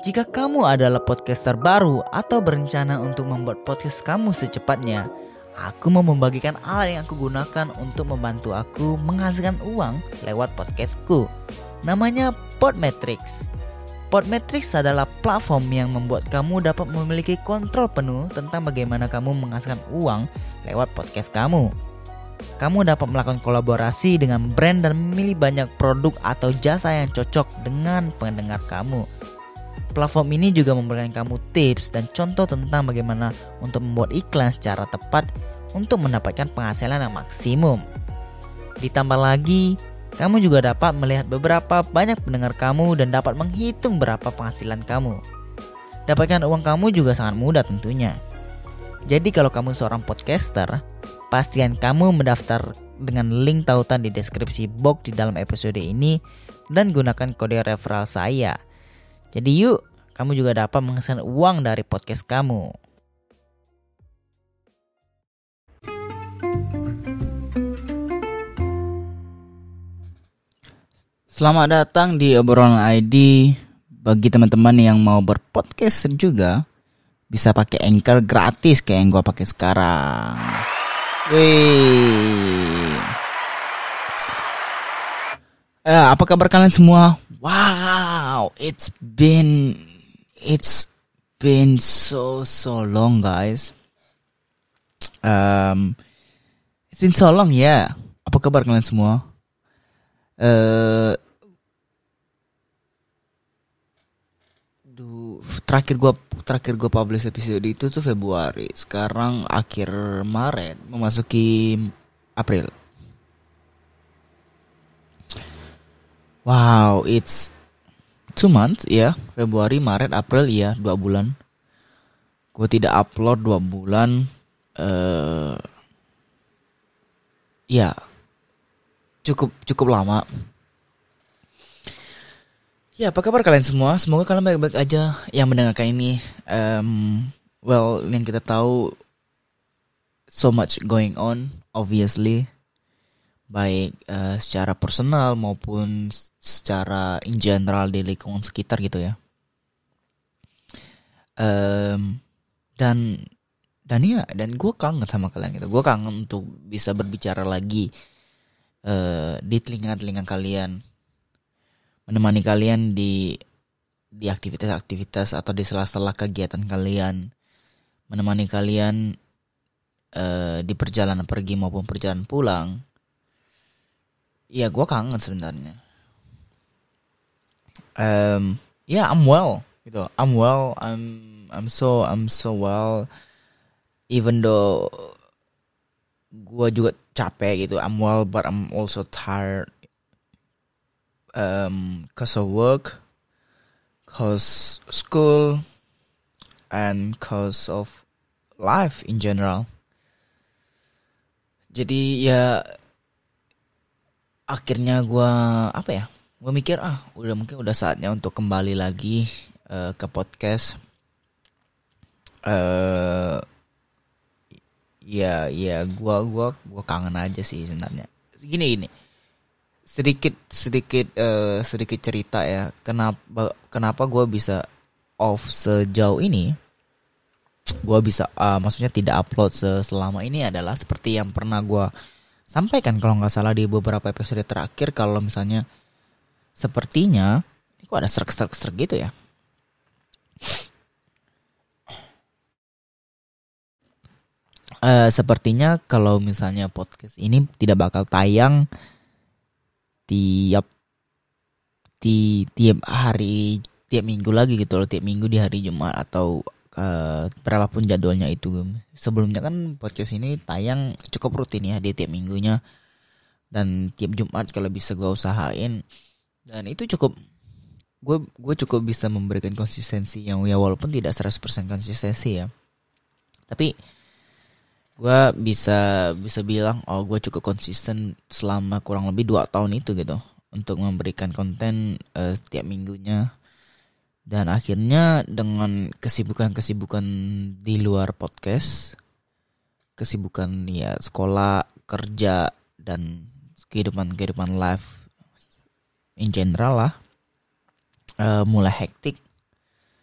Jika kamu adalah podcaster baru atau berencana untuk membuat podcast kamu secepatnya, aku mau membagikan hal yang aku gunakan untuk membantu aku menghasilkan uang lewat podcastku. Namanya Podmetrics. Podmetrics adalah platform yang membuat kamu dapat memiliki kontrol penuh tentang bagaimana kamu menghasilkan uang lewat podcast kamu. Kamu dapat melakukan kolaborasi dengan brand dan memilih banyak produk atau jasa yang cocok dengan pendengar kamu. Platform ini juga memberikan kamu tips dan contoh tentang bagaimana untuk membuat iklan secara tepat untuk mendapatkan penghasilan yang maksimum. Ditambah lagi, kamu juga dapat melihat beberapa banyak pendengar kamu dan dapat menghitung berapa penghasilan kamu. Dapatkan uang kamu juga sangat mudah tentunya. Jadi kalau kamu seorang podcaster, pastikan kamu mendaftar dengan link tautan di deskripsi box di dalam episode ini dan gunakan kode referral saya. Jadi yuk, kamu juga dapat menghasilkan uang dari podcast kamu. Selamat datang di obrolan ID. Bagi teman-teman yang mau berpodcast juga, bisa pakai Anchor gratis kayak yang gue pakai sekarang. Wih. Apa kabar kalian semua? Wow, it's been so long, guys. It's been so long, ya. Apa kabar kalian semua? Terakhir gue publish episode itu tuh Februari. Sekarang akhir Maret memasuki April. Wow, it's 2 months ya. Februari, Maret, April ya, 2 bulan. Gue tidak upload 2 bulan. Ya, cukup lama. Ya, apa kabar kalian semua? Semoga kalian baik-baik aja yang mendengarkan ini. Well, yang kita tahu, so much going on, obviously. Baik secara personal maupun secara in general di lingkungan sekitar gitu ya. Dan gue kangen sama kalian gitu. Gue kangen untuk bisa berbicara lagi di telinga kalian, menemani kalian di aktivitas-aktivitas atau di sela-sela kegiatan kalian, menemani kalian di perjalanan pergi maupun perjalanan pulang. Iya, gue kangen sebenarnya. I'm well, gitu. I'm well. I'm so well. Even though gue juga capek gitu. I'm well, but I'm also tired. Cause of work, cause school, and cause of life in general. Jadi ya, akhirnya gue mikir udah saatnya untuk kembali lagi ke podcast. Gue kangen aja sih sebenarnya. Gini. Sedikit cerita ya. Kenapa gue bisa off sejauh ini? Gue bisa maksudnya tidak upload selama ini adalah seperti yang pernah gue sampaikan kalau nggak salah di beberapa episode terakhir, kalau misalnya sepertinya ini kok ada serak gitu ya. Sepertinya kalau misalnya podcast ini tidak bakal tayang tiap hari, tiap minggu lagi gitu loh, tiap minggu di hari Jumat atau berapapun jadwalnya itu. Sebelumnya kan podcast ini tayang cukup rutin ya di tiap minggunya, dan tiap Jumat kalau bisa gue usahain, dan itu cukup gue cukup bisa memberikan konsistensi yang ya walaupun tidak 100% konsistensi ya, tapi gue bisa bilang gue cukup konsisten selama kurang lebih 2 tahun itu gitu untuk memberikan konten setiap minggunya. Dan akhirnya dengan kesibukan di luar podcast, kesibukan ya sekolah, kerja, dan kehidupan life in general lah, mulai hektik.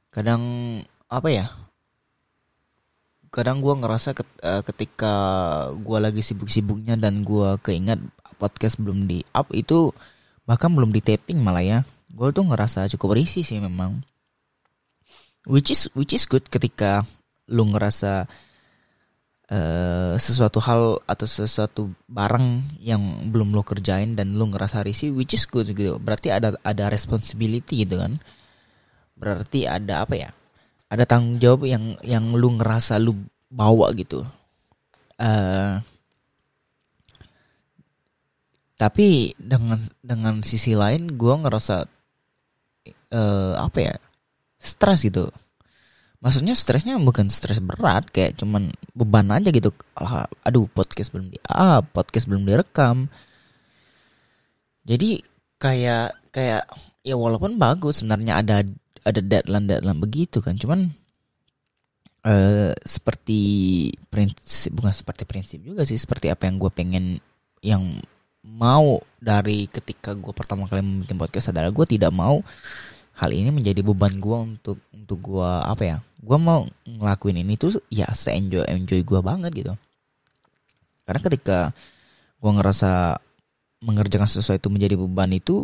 Kadang apa ya? Kadang gue ngerasa ketika gue lagi sibuk-sibuknya dan gue keingat podcast belum di up itu, bahkan belum di taping malah ya, gue tuh ngerasa cukup risih sih memang. Which is good ketika lu ngerasa sesuatu hal atau sesuatu barang yang belum lo kerjain dan lo ngerasa risih, which is good gitu. Berarti ada responsibility gitu kan. Berarti ada apa ya? Ada tanggung jawab yang lu ngerasa lu bawa gitu. Tapi dengan sisi lain gue ngerasa apa ya? Stres gitu. Maksudnya stresnya bukan stres berat, kayak cuman beban aja gitu. Aduh, podcast belum di-up, podcast belum direkam. Jadi kayak ya walaupun bagus sebenarnya ada deadline begitu kan. Cuman seperti prinsip, bukan seperti prinsip juga sih, seperti apa yang gue pengen, yang mau dari ketika gue pertama kali membuat podcast adalah gue tidak mau hal ini menjadi beban gue untuk gue apa ya, gue mau ngelakuin ini tuh ya enjoy gue banget gitu. Karena ketika gue ngerasa mengerjakan sesuatu menjadi beban itu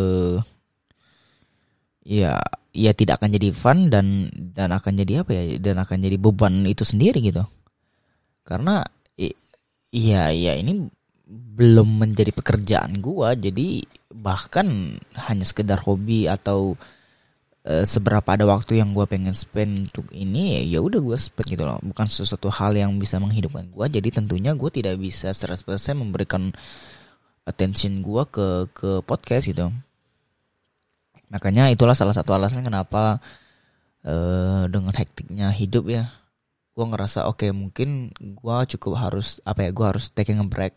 ya tidak akan jadi fun dan akan jadi apa ya, dan akan jadi beban itu sendiri gitu. Karena iya ini belum menjadi pekerjaan gue, jadi bahkan hanya sekedar hobi atau seberapa ada waktu yang gue pengen spend untuk ini, ya udah gue spend gitu loh, bukan sesuatu hal yang bisa menghidupkan gue. Jadi tentunya gue tidak bisa 100% memberikan attention gue ke podcast gitu. Makanya itulah salah satu alasan kenapa dengan hektiknya hidup ya, gue ngerasa oke, mungkin gue cukup harus apa ya, gue harus taking a break,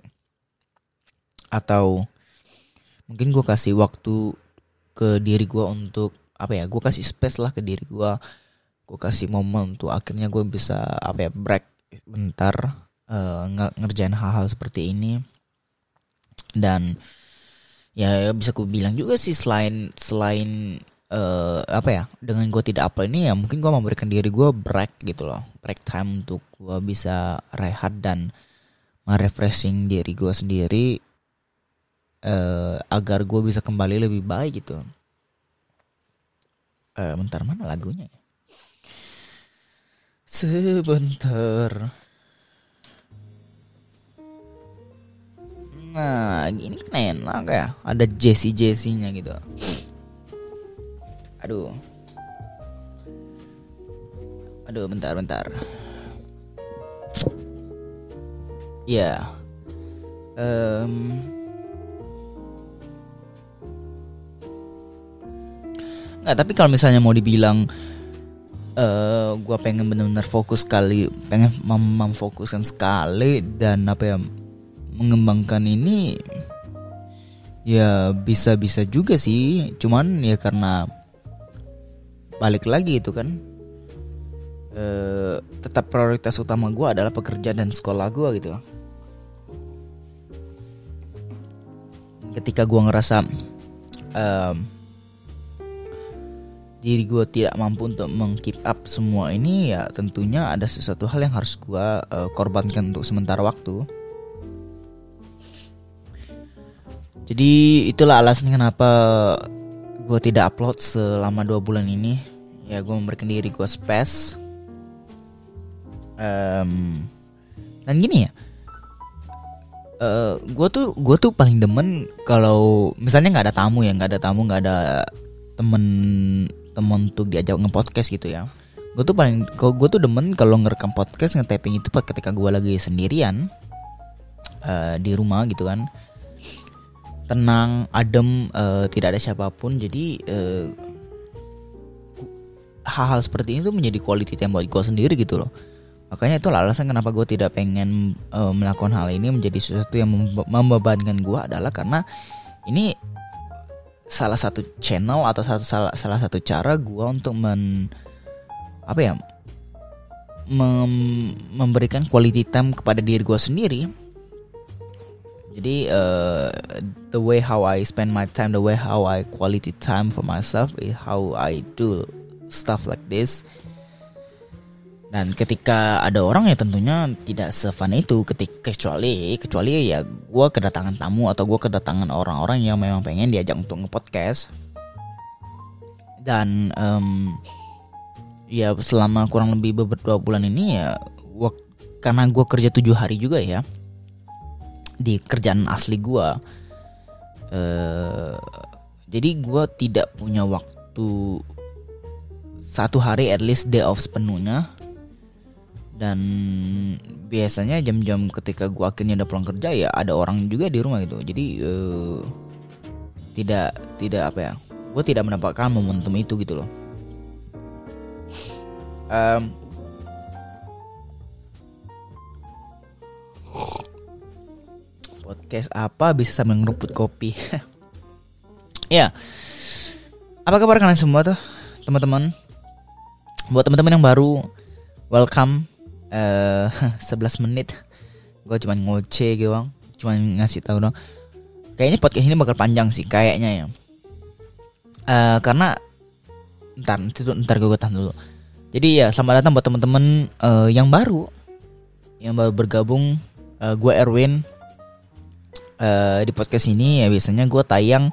atau mungkin gue kasih waktu ke diri gue untuk apa ya, gue kasih space lah ke diri gue kasih momen untuk akhirnya gue bisa apa ya, break bentar, ngerjain hal-hal seperti ini. Dan ya bisa gue bilang juga sih, selain apa ya, dengan gue tidak apa ini ya, mungkin gue memberikan diri gue break gitu loh, break time untuk gue bisa rehat dan merefreshing diri gue sendiri, agar gue bisa kembali lebih baik gitu. Bentar, mana lagunya ya? Sebentar. Nah, ini kan enak ya, ada Jesse-nya gitu. Aduh, bentar. Ya, nggak. Tapi kalau misalnya mau dibilang, gue pengen benar-benar fokus sekali, pengen memfokuskan sekali dan apa ya, mengembangkan ini, ya bisa juga sih. Cuman ya karena balik lagi itu kan, tetap prioritas utama gue adalah pekerjaan dan sekolah gue gitu. Ketika gue ngerasa diri gue tidak mampu untuk meng-keep up semua ini, ya tentunya ada sesuatu hal yang harus gue korbankan untuk sementara waktu. Jadi itulah alasan kenapa gue tidak upload selama 2 bulan ini. Ya gue memberikan diri gue space. Dan gini ya, gue tuh paling demen kalau misalnya nggak ada tamu, nggak ada temen untuk diajak nge-podcast gitu ya. Gue tuh demen kalau ngerekam podcast, nge-taping itu ketika gue lagi sendirian di rumah gitu kan, tenang, adem, tidak ada siapapun. Jadi hal-hal seperti ini tuh menjadi quality time buat gue sendiri gitu loh. Makanya itulah alasan kenapa gue tidak pengen melakukan hal ini menjadi sesuatu yang membebankan gue, adalah karena ini salah satu channel atau salah satu cara gue untuk memberikan quality time kepada diri gue sendiri. Jadi the way how I spend my time, the way how I quality time for myself is how I do stuff like this. Dan ketika ada orang ya tentunya tidak se-fun itu, kecuali ya gue kedatangan tamu atau gue kedatangan orang-orang yang memang pengen diajak untuk nge-podcast. Dan ya selama kurang lebih beberapa bulan ini ya karena gue kerja 7 hari juga ya di kerjaan asli gue, jadi gue tidak punya waktu 1 hari at least day off sepenuhnya. Dan biasanya jam-jam ketika gue akhirnya udah pulang kerja ya ada orang juga di rumah gitu. Jadi tidak apa ya, gue tidak mendapatkan momentum itu gitu loh. Podcast apa bisa sambil ngeruput kopi. Ya, apa kabar kalian semua tuh teman-teman? Buat teman-teman yang baru, welcome. 11 menit gue cuma ngoceh gitu bang, cuma ngasih tahu dong. Kayaknya podcast ini bakal panjang sih kayaknya ya. Karena ntar gue tahan dulu. Jadi ya selamat datang buat teman-teman yang baru bergabung. Gue Erwin. Di podcast ini ya biasanya gue tayang.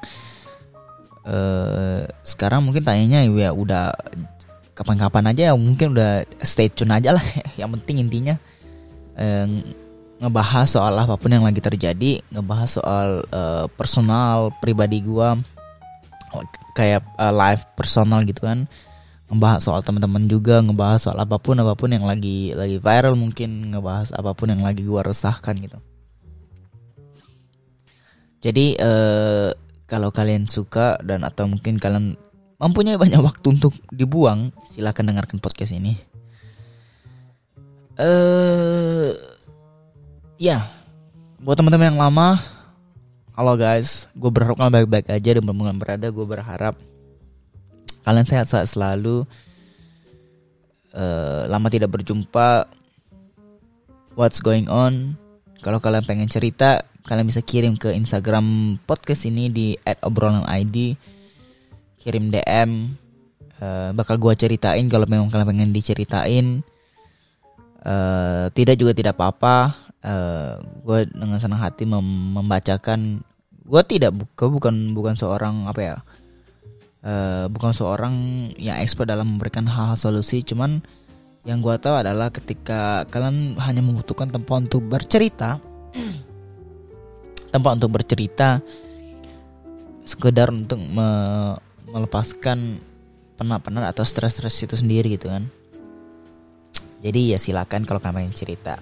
Sekarang mungkin tayangnya ya udah kapan-kapan aja ya, mungkin udah stay tune aja lah. Yang penting intinya ngebahas soal apapun yang lagi terjadi, ngebahas soal personal pribadi gua, kayak live personal gitu kan, ngebahas soal teman-teman juga, ngebahas soal apapun yang lagi viral, mungkin ngebahas apapun yang lagi gua resahkan gitu. Jadi kalau kalian suka dan atau mungkin kalian mempunyai banyak waktu untuk dibuang, silakan dengarkan podcast ini. Ya, buat teman-teman yang lama, halo guys, gue berharap kalian baik-baik aja dan benar-benar berada. Gue berharap kalian sehat-sehat selalu. Lama tidak berjumpa. What's going on? Kalau kalian pengen cerita, kalian bisa kirim ke Instagram podcast ini di @obrolanid. Kirim DM, bakal gue ceritain kalau memang kalian pengen diceritain. Tidak juga tidak apa-apa. Gue dengan senang hati membacakan. Gue bukan seorang apa ya, bukan seorang yang expert dalam memberikan hal-hal solusi. Cuman yang gue tahu adalah ketika kalian hanya membutuhkan tempat untuk bercerita, sekedar untuk melepaskan penat-penat atau stres-stres itu sendiri gitu kan. Jadi ya silakan kalau kalian pengen cerita.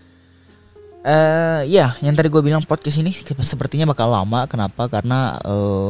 Ya, yang tadi gue bilang podcast ini sepertinya bakal lama. Kenapa? Karena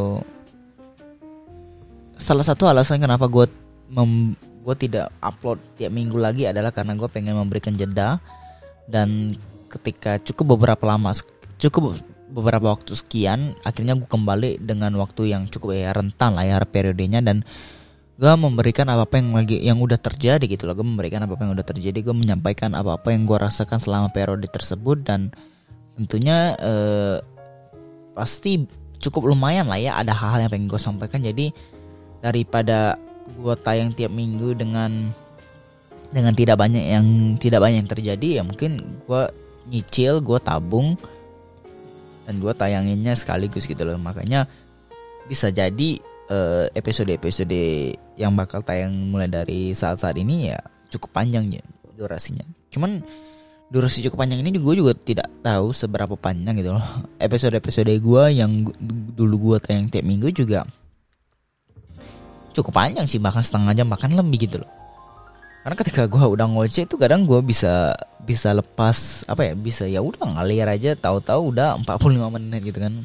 salah satu alasan kenapa gue tidak upload tiap minggu lagi adalah karena gue pengen memberikan jeda. Dan ketika cukup beberapa waktu sekian, akhirnya gue kembali dengan waktu yang cukup ya rentan lah ya periodenya, dan gue memberikan apa-apa yang udah terjadi gitu loh. Gue memberikan apa-apa yang udah terjadi, gue menyampaikan apa-apa yang gue rasakan selama periode tersebut. Dan tentunya pasti cukup lumayan lah ya, ada hal-hal yang pengen gue sampaikan. Jadi daripada gue tayang tiap minggu dengan tidak banyak yang terjadi, ya mungkin gue nyicil, gue tabung, dan gue tayanginnya sekaligus gitu loh. Makanya bisa jadi episode-episode yang bakal tayang mulai dari saat-saat ini ya cukup panjang ya durasinya. Cuman durasi cukup panjang ini gue juga tidak tahu seberapa panjang gitu loh. Episode-episode gue yang dulu gue tayang tiap minggu juga cukup panjang sih, bahkan setengah jam, bahkan lebih gitu loh. Karena ketika gue udah ngoceh itu kadang gue bisa lepas apa ya, bisa ya udah ngalir aja, tahu-tahu udah 45 menit gitu kan.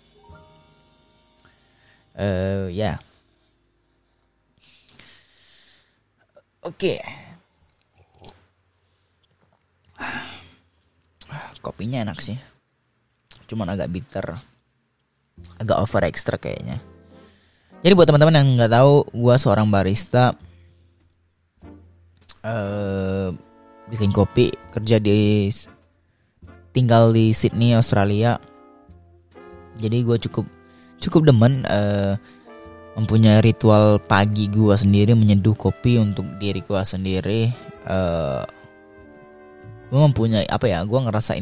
Ya. Oke. Kopinya enak sih, cuman agak bitter, agak over extra kayaknya. Jadi buat teman-teman yang nggak tahu, gue seorang barista. Bikin kopi, tinggal di Sydney, Australia. Jadi gue cukup demen mempunyai ritual pagi gue sendiri menyeduh kopi untuk diri gue sendiri. Gue mempunyai gue ngerasa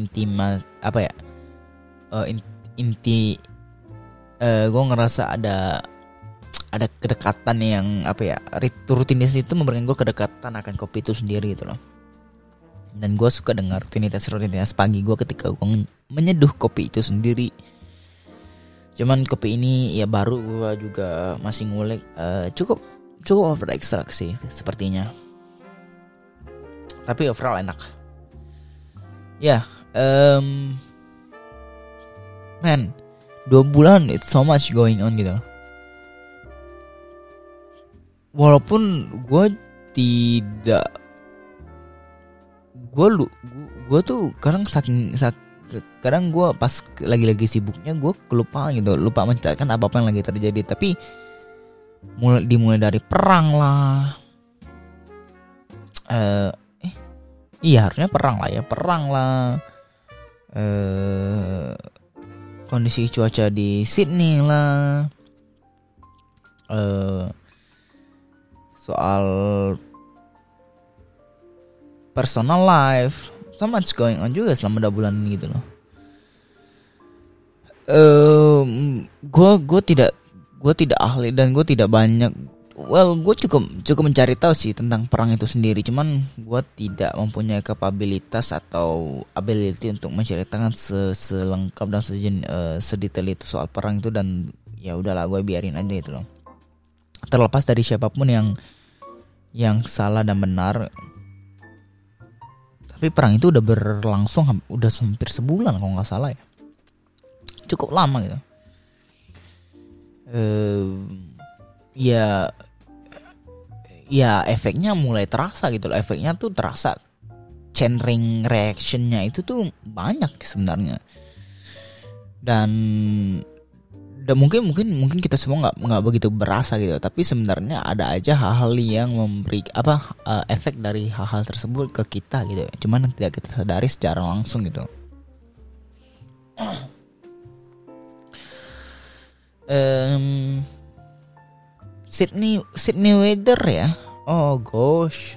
gue ngerasa ada kedekatan yang rutinitas itu memberikan gue kedekatan akan kopi itu sendiri gitu loh. Dan gue suka dengar rutinitas pagi gue ketika gue menyeduh kopi itu sendiri. Cuman kopi ini ya baru, gue juga masih ngulik, cukup over extract sih sepertinya. Tapi overall enak. Ya, man, 2 bulan it's so much going on gitu. Walaupun gue tuh kadang gue pas lagi sibuknya gue lupa mencatatkan apa yang lagi terjadi. Tapi dimulai dari perang lah, harusnya perang lah, kondisi cuaca di Sydney lah, soal personal life, so much going on juga selama 2 bulan ini gitu loh. Gue tidak ahli dan gue tidak banyak. Gue cukup mencari tahu sih tentang perang itu sendiri. Cuman gue tidak mempunyai kapabilitas atau ability untuk menceritakan selengkap dan sedetail itu soal perang itu. Dan ya udahlah, gue biarin aja gitu loh. Terlepas dari siapapun yang salah dan benar. Tapi perang itu udah berlangsung udah hampir sebulan kalau nggak salah ya. Cukup lama gitu. Ya efeknya mulai terasa gitu loh. Efeknya tuh terasa, chain ring reactionnya itu tuh banyak sebenarnya. Dan mungkin kita semua nggak begitu berasa gitu, tapi sebenarnya ada aja hal-hal yang memberi efek dari hal-hal tersebut ke kita gitu, cuman tidak kita sadari secara langsung gitu. Sydney weather ya, oh gosh,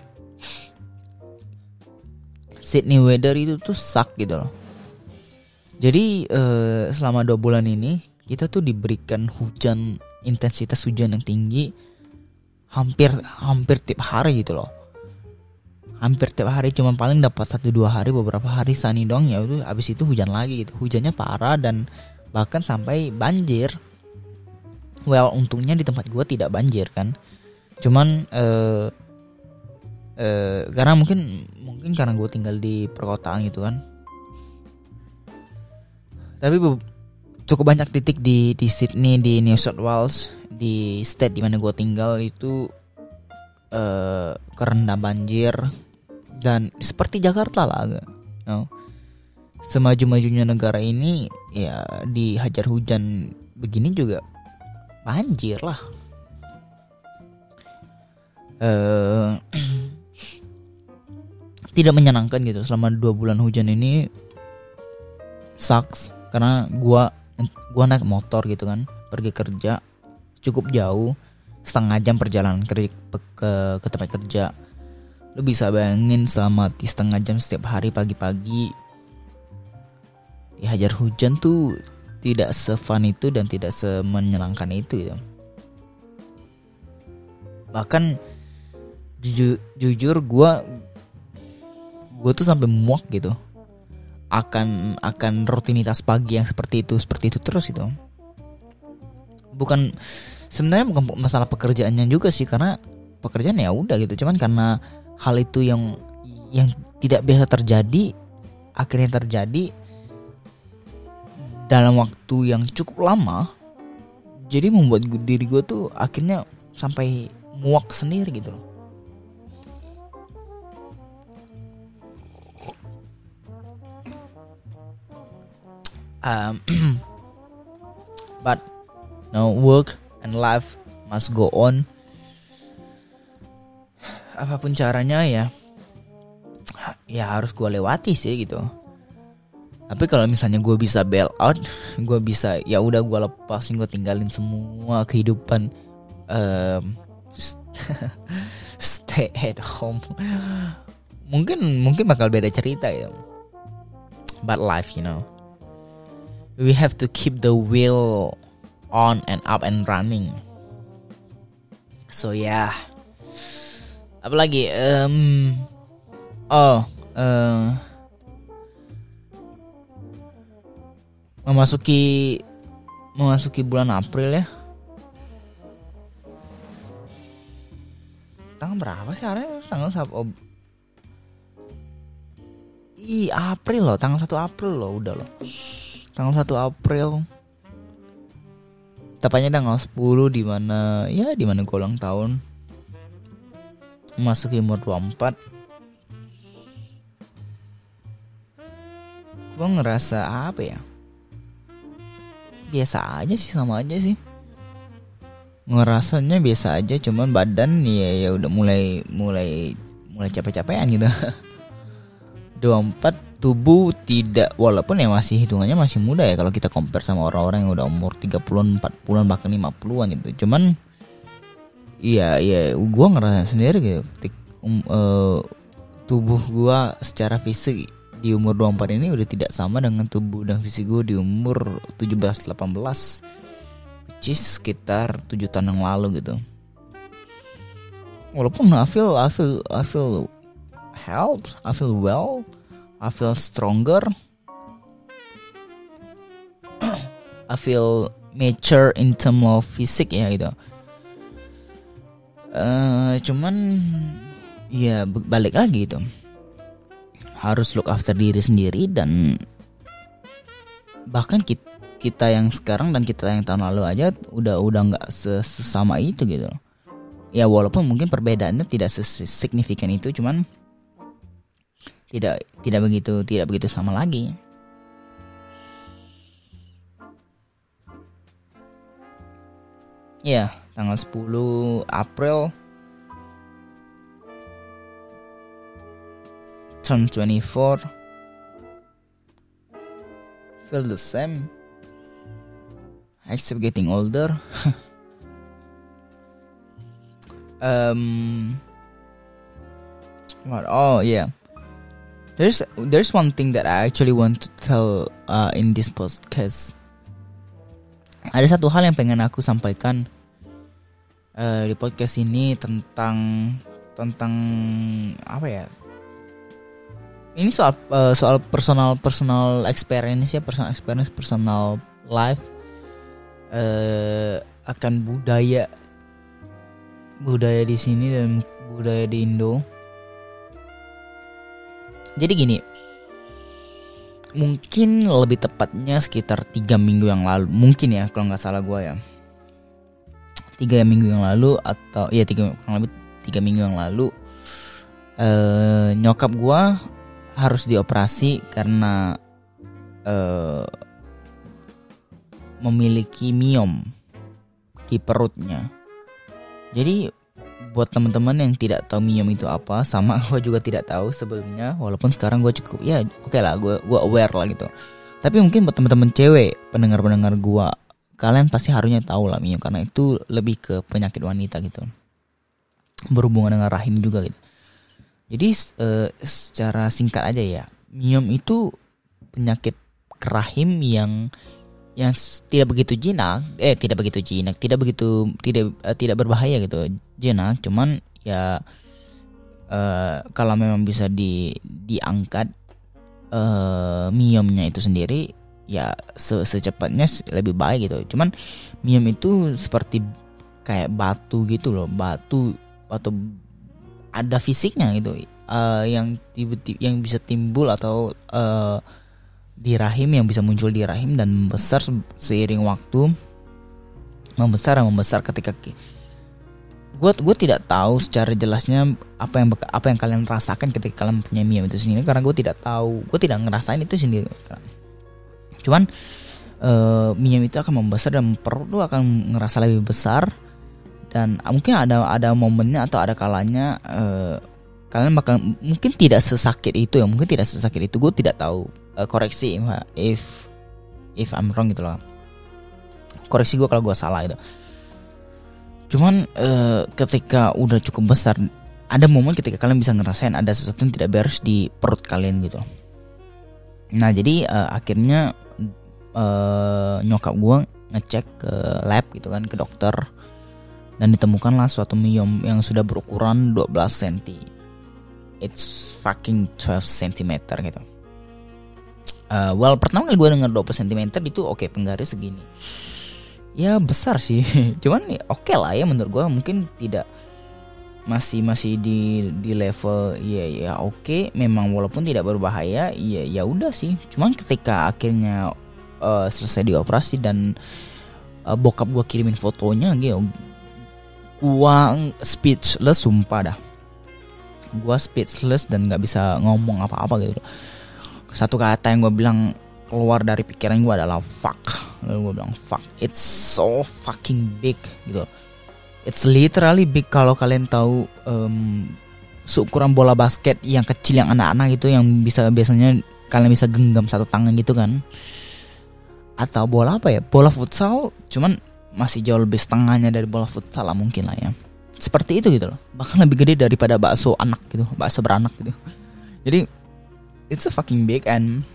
Sydney weather itu tuh suck gitu loh. Jadi selama 2 bulan ini kita tuh diberikan intensitas hujan yang tinggi hampir tiap hari gitu loh. Hampir tiap hari, cuma paling dapat 1-2 hari, beberapa hari sunny doang, ya udah habis itu hujan lagi gitu. Hujannya parah dan bahkan sampai banjir. Untungnya di tempat gua tidak banjir kan. Cuman karena mungkin karena gue tinggal di perkotaan gitu kan. Tapi cukup banyak titik di Sydney, di New South Wales, di state di mana gue tinggal itu kerendam banjir. Dan seperti Jakarta lah agak. Semaju-majunya negara ini ya dihajar hujan begini juga banjir lah. Tidak menyenangkan gitu selama 2 bulan hujan ini. Sucks karena gua naik motor gitu kan, pergi kerja cukup jauh, setengah jam perjalanan ke tempat kerja. Lu bisa bayangin selama setengah jam setiap hari pagi-pagi dihajar hujan tuh tidak se-fun itu dan tidak semenyenangkan itu ya. Bahkan jujur gue tuh sampai muak gitu akan rutinitas pagi yang seperti itu terus gitu. Sebenarnya bukan masalah pekerjaannya juga sih, karena pekerjaan ya udah gitu, cuman karena hal itu yang tidak biasa terjadi akhirnya terjadi dalam waktu yang cukup lama, jadi membuat diri gue tuh akhirnya sampai muak sendiri gitu loh. But no, work and life must go on. Apapun caranya ya harus gue lewati sih gitu. Tapi kalau misalnya gue bisa bail out, gue bisa ya udah gue lepasin, gue tinggalin semua kehidupan stay at home. Mungkin bakal beda cerita ya. But life, we have to keep the wheel on and up and running. So yeah. Apalagi memasuki bulan April ya. Tanggal berapa sih hari? Tanggal April loh, tanggal 1 April loh, udah loh. Tanggal 1 April. Tepatnya tanggal 10 di mana gue ulang tahun. Memasuki umur 24. Gue ngerasa apa ya? Biasa aja sih, sama aja sih. Ngerasanya biasa aja, cuman badan ya udah mulai capek-capekan gitu. 24 tubuh tidak, walaupun ya masih hitungannya masih muda ya kalau kita compare sama orang-orang yang udah umur 30-an, 40-an bahkan 50-an gitu. Cuman iya gue ngerasa sendiri gitu. Tubuh gue secara fisik di umur 24 ini udah tidak sama dengan tubuh dan fisik gue di umur 17-18, which is sekitar 7 tahun yang lalu gitu. Walaupun I feel health, I feel well, I feel stronger, I feel mature in terms of fisik ya gitu. Cuman ya balik lagi gitu, harus look after diri sendiri. Dan bahkan kita yang sekarang dan kita yang tahun lalu aja udah nggak sesama itu gitu. Ya walaupun mungkin perbedaannya tidak sesignifikan itu, cuman tidak begitu sama lagi. Ya, tanggal 10 April turn 24. Feel the same, except getting older. Oh yeah. There's one thing that I actually want to tell in this podcast. Ada satu hal yang pengen aku sampaikan di podcast ini tentang apa ya? Ini soal personal experience ya, personal life, akan budaya di sini dan budaya di Indo. Jadi gini, mungkin lebih tepatnya sekitar 3 minggu yang lalu, mungkin ya kalau nggak salah gue ya, 3 minggu yang lalu atau ya 3 minggu yang lalu, nyokap gue harus dioperasi karena memiliki miom di perutnya. Jadi buat teman-teman yang tidak tahu miom itu apa, sama gue juga tidak tahu sebelumnya, walaupun sekarang gue cukup ya oke lah, gue aware lah gitu. Tapi mungkin buat teman-teman cewek pendengar gue, kalian pasti harusnya tahu lah miom, karena itu lebih ke penyakit wanita gitu, berhubungan dengan rahim juga gitu. Jadi secara singkat aja ya, miom itu penyakit rahim yang tidak tidak berbahaya gitu, jinak. Cuman ya kalau memang bisa diangkat miomnya itu sendiri ya secepatnya lebih baik gitu. Cuman miom itu seperti kayak batu gitu loh, batu ada fisiknya gitu, yang bisa timbul atau di rahim, yang bisa muncul di rahim dan membesar seiring waktu, membesar ketika gue tidak tahu secara jelasnya apa yang kalian rasakan ketika kalian punya miom itu sendiri, karena gue tidak tahu, gue tidak ngerasain itu sendiri. Cuman miom itu akan membesar dan perut lu akan ngerasa lebih besar, dan mungkin ada momennya atau ada kalanya kalian bakal mungkin tidak sesakit itu ya, gue tidak tahu. Koreksi if I'm wrong gitu loh, koreksi gue kalau gue salah gitu. Cuman ketika udah cukup besar, ada momen ketika kalian bisa ngerasain ada sesuatu yang tidak beres di perut kalian gitu. Nah jadi akhirnya nyokap gue ngecek ke lab gitu kan, ke dokter, dan ditemukanlah suatu myom yang sudah berukuran 12 cm. It's fucking 12 cm gitu. Well, pertama kali gue dengar 12 cm itu oke, penggaris segini. Ya besar sih. Cuman oke lah ya menurut gue, mungkin tidak masih di level ya oke, memang walaupun tidak berbahaya, ya udah sih. Cuman ketika akhirnya selesai dioperasi dan bokap gue kirimin fotonya gitu, gue speechless, sumpah dah. Gue speechless dan nggak bisa ngomong apa-apa gitu. Satu kata yang gue bilang keluar dari pikiran gue adalah fuck. Lalu gue bilang fuck, it's so fucking big gitu. It's literally big. Kalau kalian tahu seukuran bola basket yang kecil, yang anak-anak gitu, yang biasanya kalian bisa genggam satu tangan gitu kan. Atau bola apa ya, bola futsal, cuman masih jauh lebih setengahnya dari bola futsal lah mungkin lah ya. Seperti itu gitu loh. Bahkan lebih gede daripada bakso anak gitu, bakso beranak gitu. Jadi it's a fucking big, and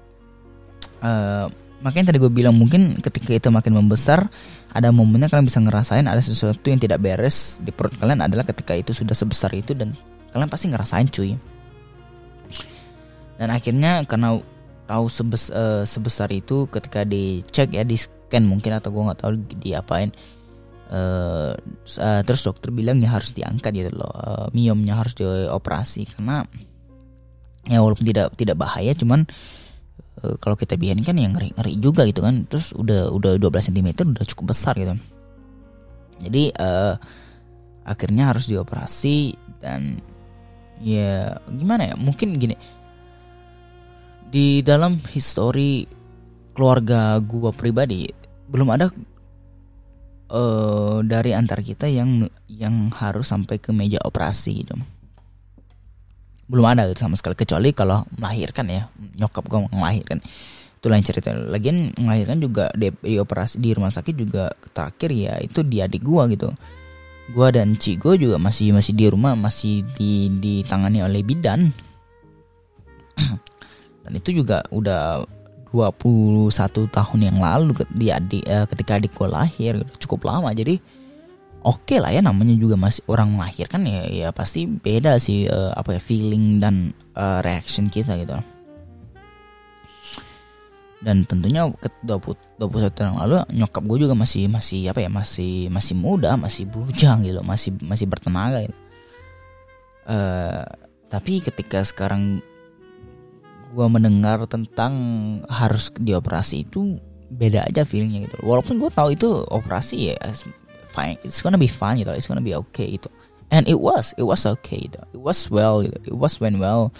makanya tadi gue bilang mungkin ketika itu makin membesar, ada momennya kalian bisa ngerasain ada sesuatu yang tidak beres di perut kalian, adalah ketika itu sudah sebesar itu dan kalian pasti ngerasain cuy. Dan akhirnya karena tahu sebesar itu, ketika dicek ya, di scan mungkin, atau gue nggak tahu diapain, terus dokter bilang ya harus diangkat gitu loh, myomnya harus dioperasi, karena ya walaupun tidak bahaya, cuman kalau kita biarin kan yang ngeri juga gitu kan. Terus udah 12 cm udah cukup besar gitu. Jadi akhirnya harus dioperasi. Dan ya gimana ya, mungkin gini, di dalam histori keluarga gua pribadi belum ada dari antar kita yang harus sampai ke meja operasi gitu. Belum ada gitu sama sekali, kecuali kalau melahirkan ya, nyokap gue melahirkan, itu lain cerita. Lagian melahirkan juga di operasi di rumah sakit juga terakhir ya itu di adik gue gitu. Gue dan Ci gue juga masih di rumah, masih ditangani oleh bidan. Dan itu juga udah 21 tahun yang lalu ketika adik gue lahir, cukup lama. Jadi oke lah ya, namanya juga masih orang melahirkan ya pasti beda sih feeling dan reaction kita gitu. Dan tentunya 21 tahun lalu nyokap gue juga masih muda, masih bujang gitu, masih bertenaga gitu. Tapi ketika sekarang gue mendengar tentang harus dioperasi, itu beda aja feelingnya gitu. Walaupun gue tahu itu operasi ya fine, it's gonna be fine gitu, it's gonna be okay gitu. And it was okay gitu. It was well gitu. It went well.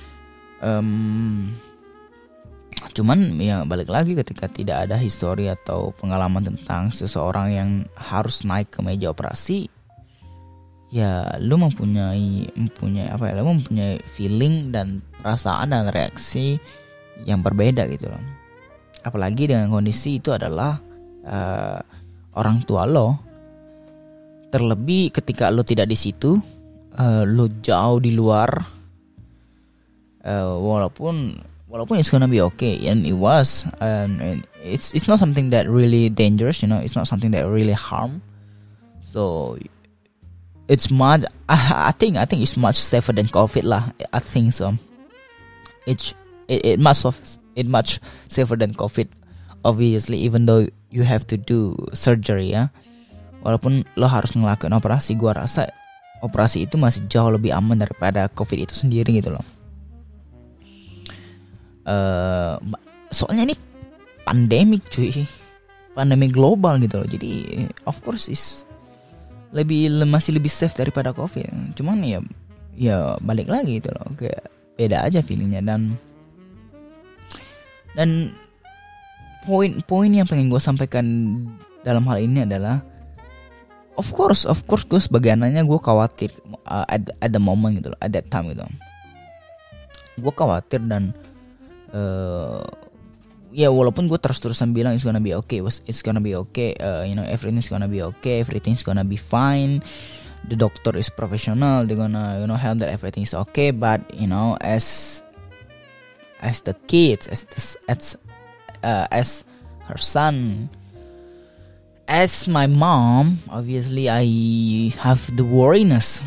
Cuman ya balik lagi, ketika tidak ada histori atau pengalaman tentang seseorang yang harus naik ke meja operasi, ya lu mempunyai feeling dan perasaan dan reaksi yang berbeda gitu loh. Apalagi dengan kondisi itu adalah orang tua lo. Terlebih ketika lo tidak di situ, lo jauh di luar, walaupun it's gonna be okay, and it was, and it's not something that really dangerous, you know, it's not something that really harm, so it's much, I think it's much safer than COVID lah, I think so. It much safer than COVID, obviously, even though you have to do surgery ya. Walaupun lo harus ngelakuin operasi, gue rasa operasi itu masih jauh lebih aman daripada COVID itu sendiri gitu loh. Soalnya ini pandemik cuy, pandemi global gitu loh. Jadi of course masih lebih safe daripada COVID. Cuman ya balik lagi gitu loh, kayak beda aja feelingnya. Dan poin yang pengen gue sampaikan dalam hal ini adalah, Of course gue sebagai anaknya gue khawatir at the moment gitu loh, at that time gitu. Gue khawatir dan ya walaupun gue terus-terusan bilang it's gonna be okay, everything's gonna be okay, everything's gonna be fine, the doctor is professional, they're gonna handle everything is okay, but as the kids, as her son, as my mom, obviously I have the worriness,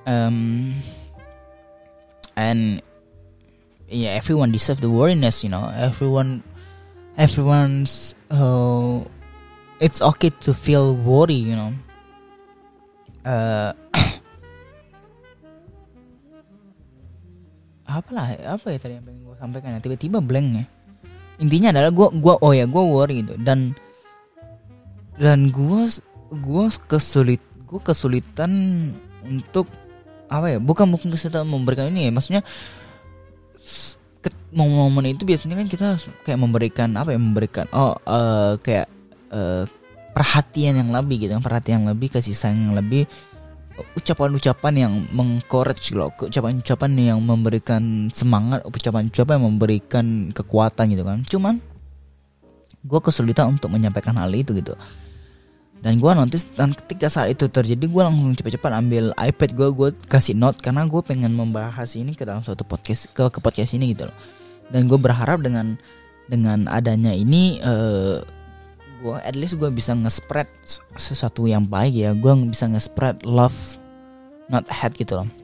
and yeah, everyone deserves the worriness, everyone's it's okay to feel worry, apa ya tadi yang pengen gue sampaikan ya, tiba-tiba blank ya. Intinya adalah gue worry gitu, dan gue kesulitan untuk bukan kesulitan memberikan ini ya, maksudnya momen-momen itu biasanya kan kita kayak memberikan perhatian yang lebih gitu, kasih sayang yang lebih, ucapan-ucapan yang mengencourage loh, ucapan-ucapan yang memberikan semangat, ucapan-ucapan yang memberikan kekuatan gitu kan. Cuman gue kesulitan untuk menyampaikan hal itu gitu. Dan gue notice, dan ketika saat itu terjadi, gue langsung cepat-cepat ambil iPad gue kasih note, karena gue pengen membahas ini ke dalam suatu podcast, ke podcast ini gitu loh. Dan gue berharap dengan adanya ini, gue at least gue bisa nge-spread sesuatu yang baik ya. Gue bisa nge-spread love, not hate gitu loh.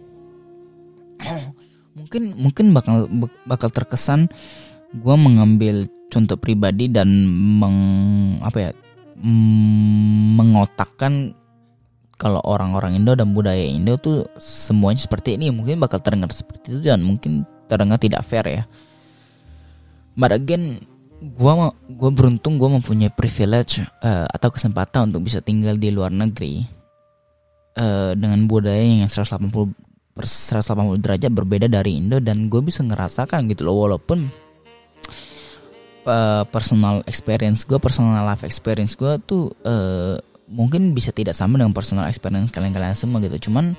mungkin bakal terkesan gue mengambil contoh pribadi dan mengotakkan kalau orang-orang Indo dan budaya Indo tuh semuanya seperti ini. Mungkin bakal terdengar seperti itu dan mungkin terdengar tidak fair ya. But again, gue beruntung, gue mempunyai privilege atau kesempatan untuk bisa tinggal di luar negeri dengan budaya yang 180 derajat berbeda dari Indo, dan gue bisa ngerasakan gitu loh, walaupun personal life experience gue tuh mungkin bisa tidak sama dengan personal experience kalian semua gitu. Cuman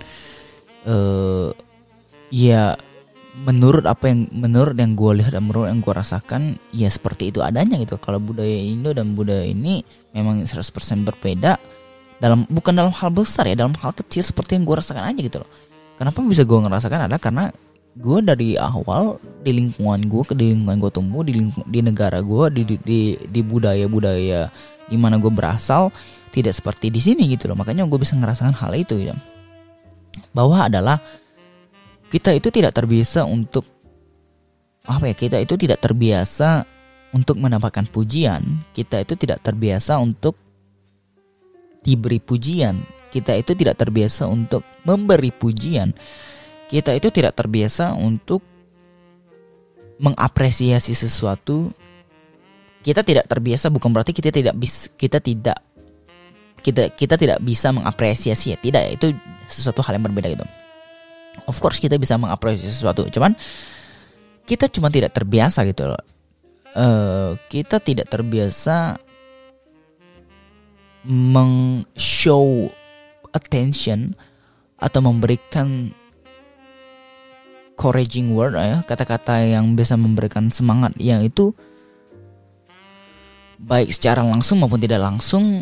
ya menurut yang gue lihat dan menurut yang gue rasakan, ya seperti itu adanya gitu. Kalau budaya Indo dan budaya ini memang 100% berbeda, bukan dalam hal besar ya, dalam hal kecil seperti yang gue rasakan aja gitu loh. Kenapa bisa gue ngerasakan? Ada karena gue dari awal di lingkungan gue tumbuh, di negara gue, di budaya di mana gue berasal tidak seperti di sini gitu loh. Makanya gue bisa ngerasakan hal itu ya. Bahwa adalah kita itu tidak terbiasa untuk mendapatkan pujian. Kita itu tidak terbiasa untuk diberi pujian. Kita itu tidak terbiasa untuk memberi pujian. Kita itu tidak terbiasa untuk mengapresiasi sesuatu. Kita tidak terbiasa, bukan berarti kita tidak bisa mengapresiasi ya. Tidak, itu sesuatu hal yang berbeda gitu. Of course kita bisa mengapresiasi sesuatu, cuman kita cuma tidak terbiasa gitu loh. Kita tidak terbiasa show attention atau memberikan encouraging word ya, kata-kata yang bisa memberikan semangat, yang itu baik secara langsung maupun tidak langsung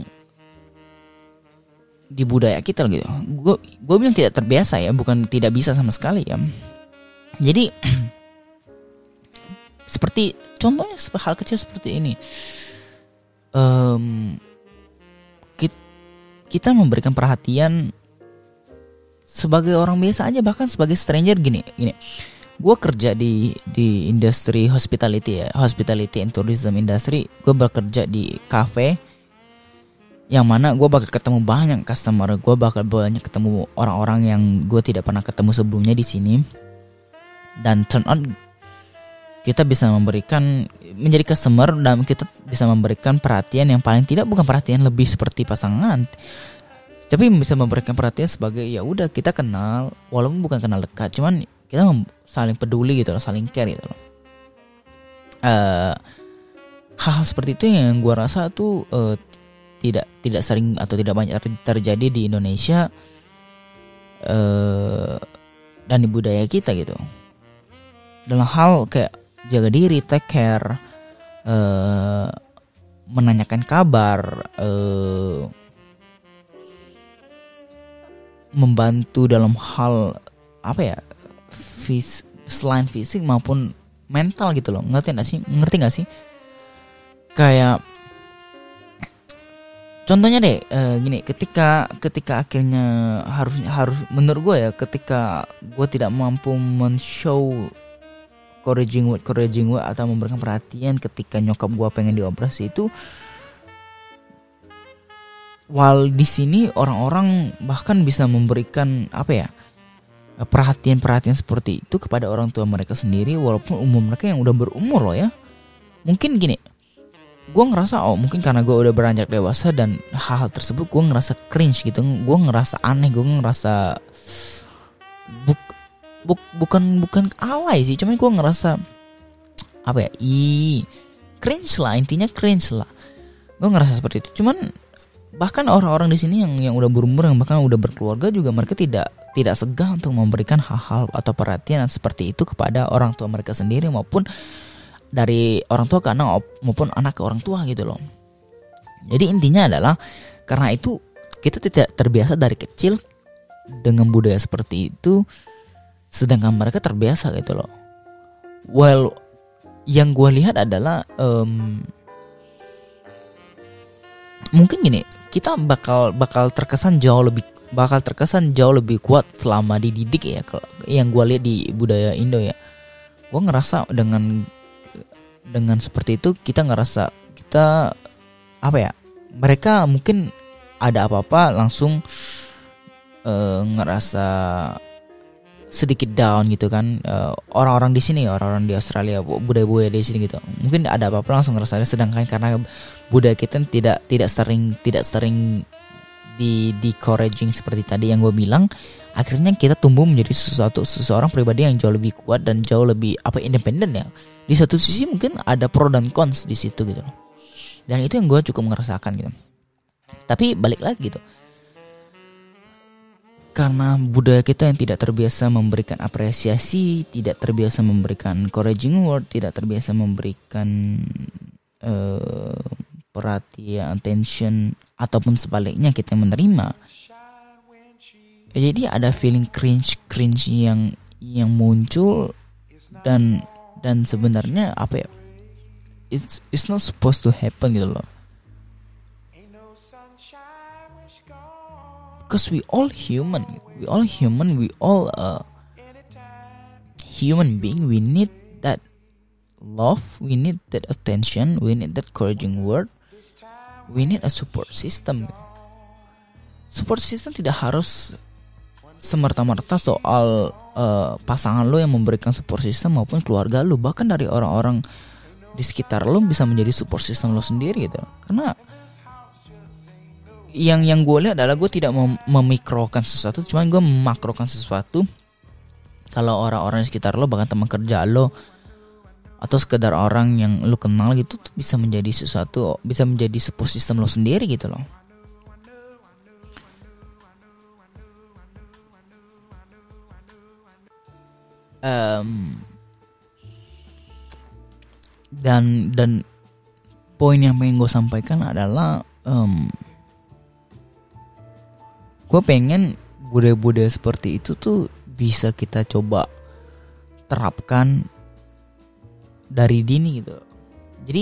di budaya kita gitu. Gue bilang tidak terbiasa ya, bukan tidak bisa sama sekali ya. Jadi seperti contohnya hal kecil seperti ini, kita memberikan perhatian sebagai orang biasa aja, bahkan sebagai stranger gini. Gue kerja di industri hospitality and tourism industry. Gue bekerja di cafe yang mana gue bakal ketemu banyak customer, gue bakal banyak ketemu orang-orang yang gue tidak pernah ketemu sebelumnya di sini. Dan turn out kita bisa menjadi customer, dan kita bisa memberikan perhatian yang paling tidak, bukan perhatian lebih seperti pasangan, tapi bisa memberikan perhatian sebagai ya udah kita kenal, walaupun bukan kenal dekat, cuman kita saling peduli gitu loh, saling care gitu loh. Hal seperti itu yang gue rasa tuh tidak sering atau tidak banyak terjadi di Indonesia dan di budaya kita gitu. Dalam hal kayak jaga diri, take care, menanyakan kabar, membantu dalam hal apa ya, selain fisik maupun mental gitu loh. Ngerti nggak sih? Kayak contohnya deh, gini, ketika akhirnya harus menurut gue ya, ketika gue tidak mampu men-show encouraging word atau memberikan perhatian ketika nyokap gue pengen dioperasi itu, while di sini orang-orang bahkan bisa memberikan apa ya, perhatian seperti itu kepada orang tua mereka sendiri, walaupun umur mereka yang udah berumur loh ya. Mungkin gini, gue ngerasa mungkin karena gue udah beranjak dewasa dan hal-hal tersebut gue ngerasa cringe gitu, gue ngerasa aneh, gue ngerasa bukan alay sih, cuman gue ngerasa apa ya, cringe lah, intinya cringe lah. Gue ngerasa seperti itu. Cuman bahkan orang-orang di sini yang udah berumur, yang bahkan udah berkeluarga juga, mereka tidak segan untuk memberikan hal-hal atau perhatian seperti itu kepada orang tua mereka sendiri, maupun dari orang tua ke anak, maupun anak ke orang tua gitu loh. Jadi intinya adalah karena itu kita tidak terbiasa dari kecil dengan budaya seperti itu, sedangkan mereka terbiasa gitu loh. Well, yang gue lihat adalah mungkin gini, kita bakal terkesan jauh lebih kuat selama dididik ya. Yang gue lihat di budaya Indo ya, gue ngerasa dengan seperti itu kita ngerasa kita apa ya, mereka mungkin ada apa-apa langsung ngerasa sedikit down gitu kan. Orang-orang di sini, orang-orang di Australia, budaya di sini gitu, mungkin ada apa-apa langsung ngerasa. Sedangkan karena budaya kita tidak sering di encouraging seperti tadi yang gue bilang, akhirnya kita tumbuh menjadi seseorang pribadi yang jauh lebih kuat dan jauh lebih independen ya. Di satu sisi mungkin ada pro dan cons di situ gitu loh. Dan itu yang gue cukup ngerasakan gitu. Tapi balik lagi gitu, karena budaya kita yang tidak terbiasa memberikan apresiasi, tidak terbiasa memberikan encouraging word, tidak terbiasa memberikan perhatian, attention, ataupun sebaliknya kita menerima, jadi ada feeling cringe yang muncul, dan sebenarnya apa ya, it's not supposed to happen gitu loh. Because we all human, we all human being. We need that love, we need that attention, we need that encouraging word, we need a support system. Support system tidak harus semerta-merta soal pasangan lo yang memberikan support system, maupun keluarga lo, bahkan dari orang-orang di sekitar lo bisa menjadi support system lo sendiri gitu. Karena yang gue lihat adalah gue tidak memikrokan sesuatu, cuman gue memakrokan sesuatu. Kalau orang-orang di sekitar lo, bahkan teman kerja lo, atau sekedar orang yang lo kenal gitu, tuh bisa menjadi sesuatu, bisa menjadi support system lo sendiri gitu loh. Dan poin yang pengen gue sampaikan adalah gue pengen budaya-budaya seperti itu tuh bisa kita coba terapkan dari dini gitu. Jadi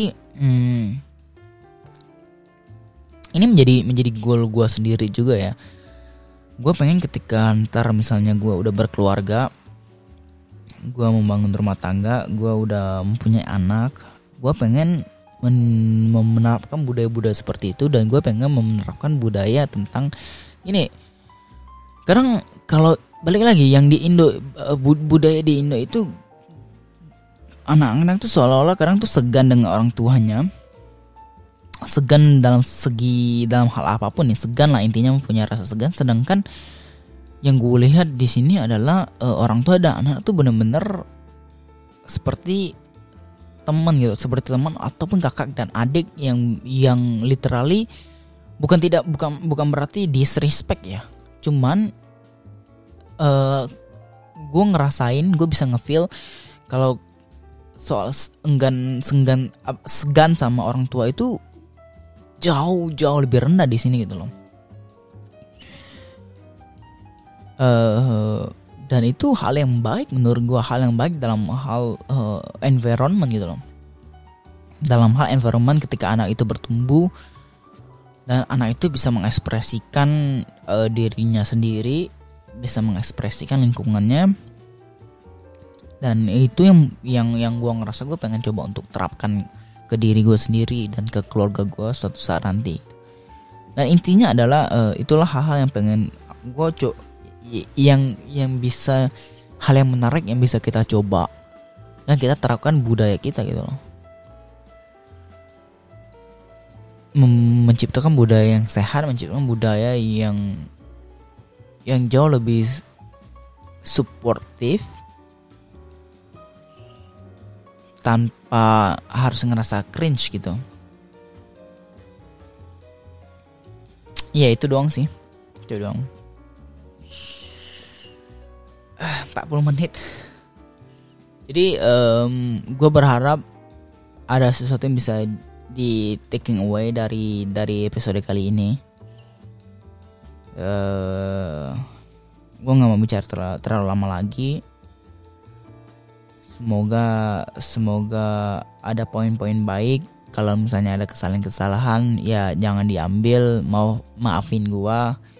ini menjadi goal gue sendiri juga ya. Gue pengen ketika ntar misalnya gue udah berkeluarga, gue membangun rumah tangga, gue udah mempunyai anak, gue pengen menerapkan budaya-budaya seperti itu. Dan gue pengen menerapkan budaya tentang ini. Kadang kalau balik lagi yang di Indo, budaya di Indo itu anak-anak tuh seolah-olah kadang tuh segan dengan orang tuanya. Segan dalam hal apapun nih, segan lah intinya, mempunyai rasa segan. Sedangkan yang gue lihat di sini adalah orang tua dan anak tuh benar-benar seperti teman gitu, seperti teman ataupun kakak dan adik yang literally bukan berarti disrespect ya. Cuman gue ngerasain, gue bisa ngefeel kalau soal segan sama orang tua itu jauh lebih rendah di sini gitu loh. Dan itu hal yang baik menurut gue, hal yang baik dalam hal environment gitu loh. Dalam hal environment ketika anak itu bertumbuh dan anak itu bisa mengekspresikan dirinya sendiri, bisa mengekspresikan lingkungannya. Dan itu yang gue ngerasa gue pengen coba untuk terapkan ke diri gue sendiri dan ke keluarga gue suatu saat nanti. Dan intinya adalah itulah hal-hal yang pengen gue yang bisa, hal yang menarik yang bisa kita coba dan kita terapkan budaya kita gitu loh. Menciptakan budaya yang sehat, menciptakan budaya yang jauh lebih suportif tanpa harus ngerasa cringe gitu. Ya itu doang sih. Itu doang. 40 menit. Jadi gue berharap ada sesuatu yang bisa di taking away dari episode kali ini. Gue gak mau bicara terlalu lama lagi. Semoga ada poin-poin baik. Kalau misalnya ada kesalahan ya jangan diambil, maafin gue.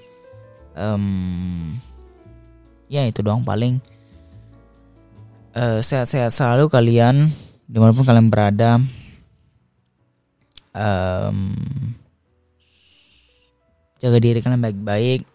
Ya itu doang paling. Sehat-sehat selalu kalian dimanapun kalian berada. Jaga diri kalian baik-baik.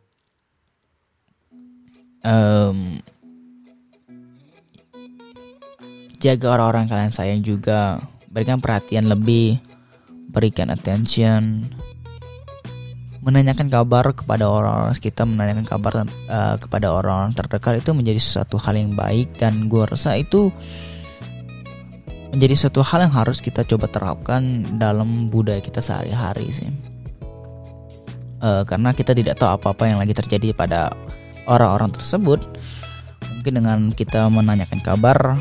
Jaga orang-orang kalian sayang juga. Berikan perhatian lebih, berikan attention, menanyakan kabar kepada orang-orang sekitar, menanyakan kabar kepada orang-orang terdekat itu menjadi suatu hal yang baik. Dan gue rasa itu menjadi suatu hal yang harus kita coba terapkan dalam budaya kita sehari-hari sih. Karena kita tidak tahu apa-apa yang lagi terjadi pada orang-orang tersebut. Mungkin dengan kita menanyakan kabar,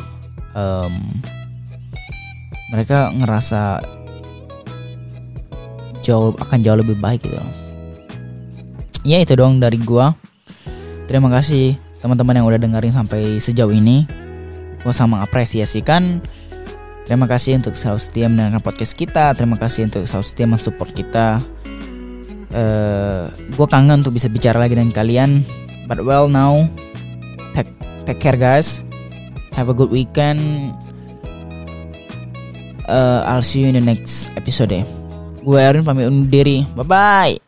mereka ngerasa akan jauh lebih baik gitu. Ya itu doang dari gua. Terima kasih teman-teman yang udah dengerin sampai sejauh ini. Gua sangat mengapresiasikan. Terima kasih untuk selalu setia mendengarkan podcast kita. Terima kasih untuk selalu setia mensupport kita. Gua kangen untuk bisa bicara lagi dengan kalian. But well now, take care guys. Have a good weekend. I'll see you in the next episode. Gue Erwin pamit undur diri. Bye bye.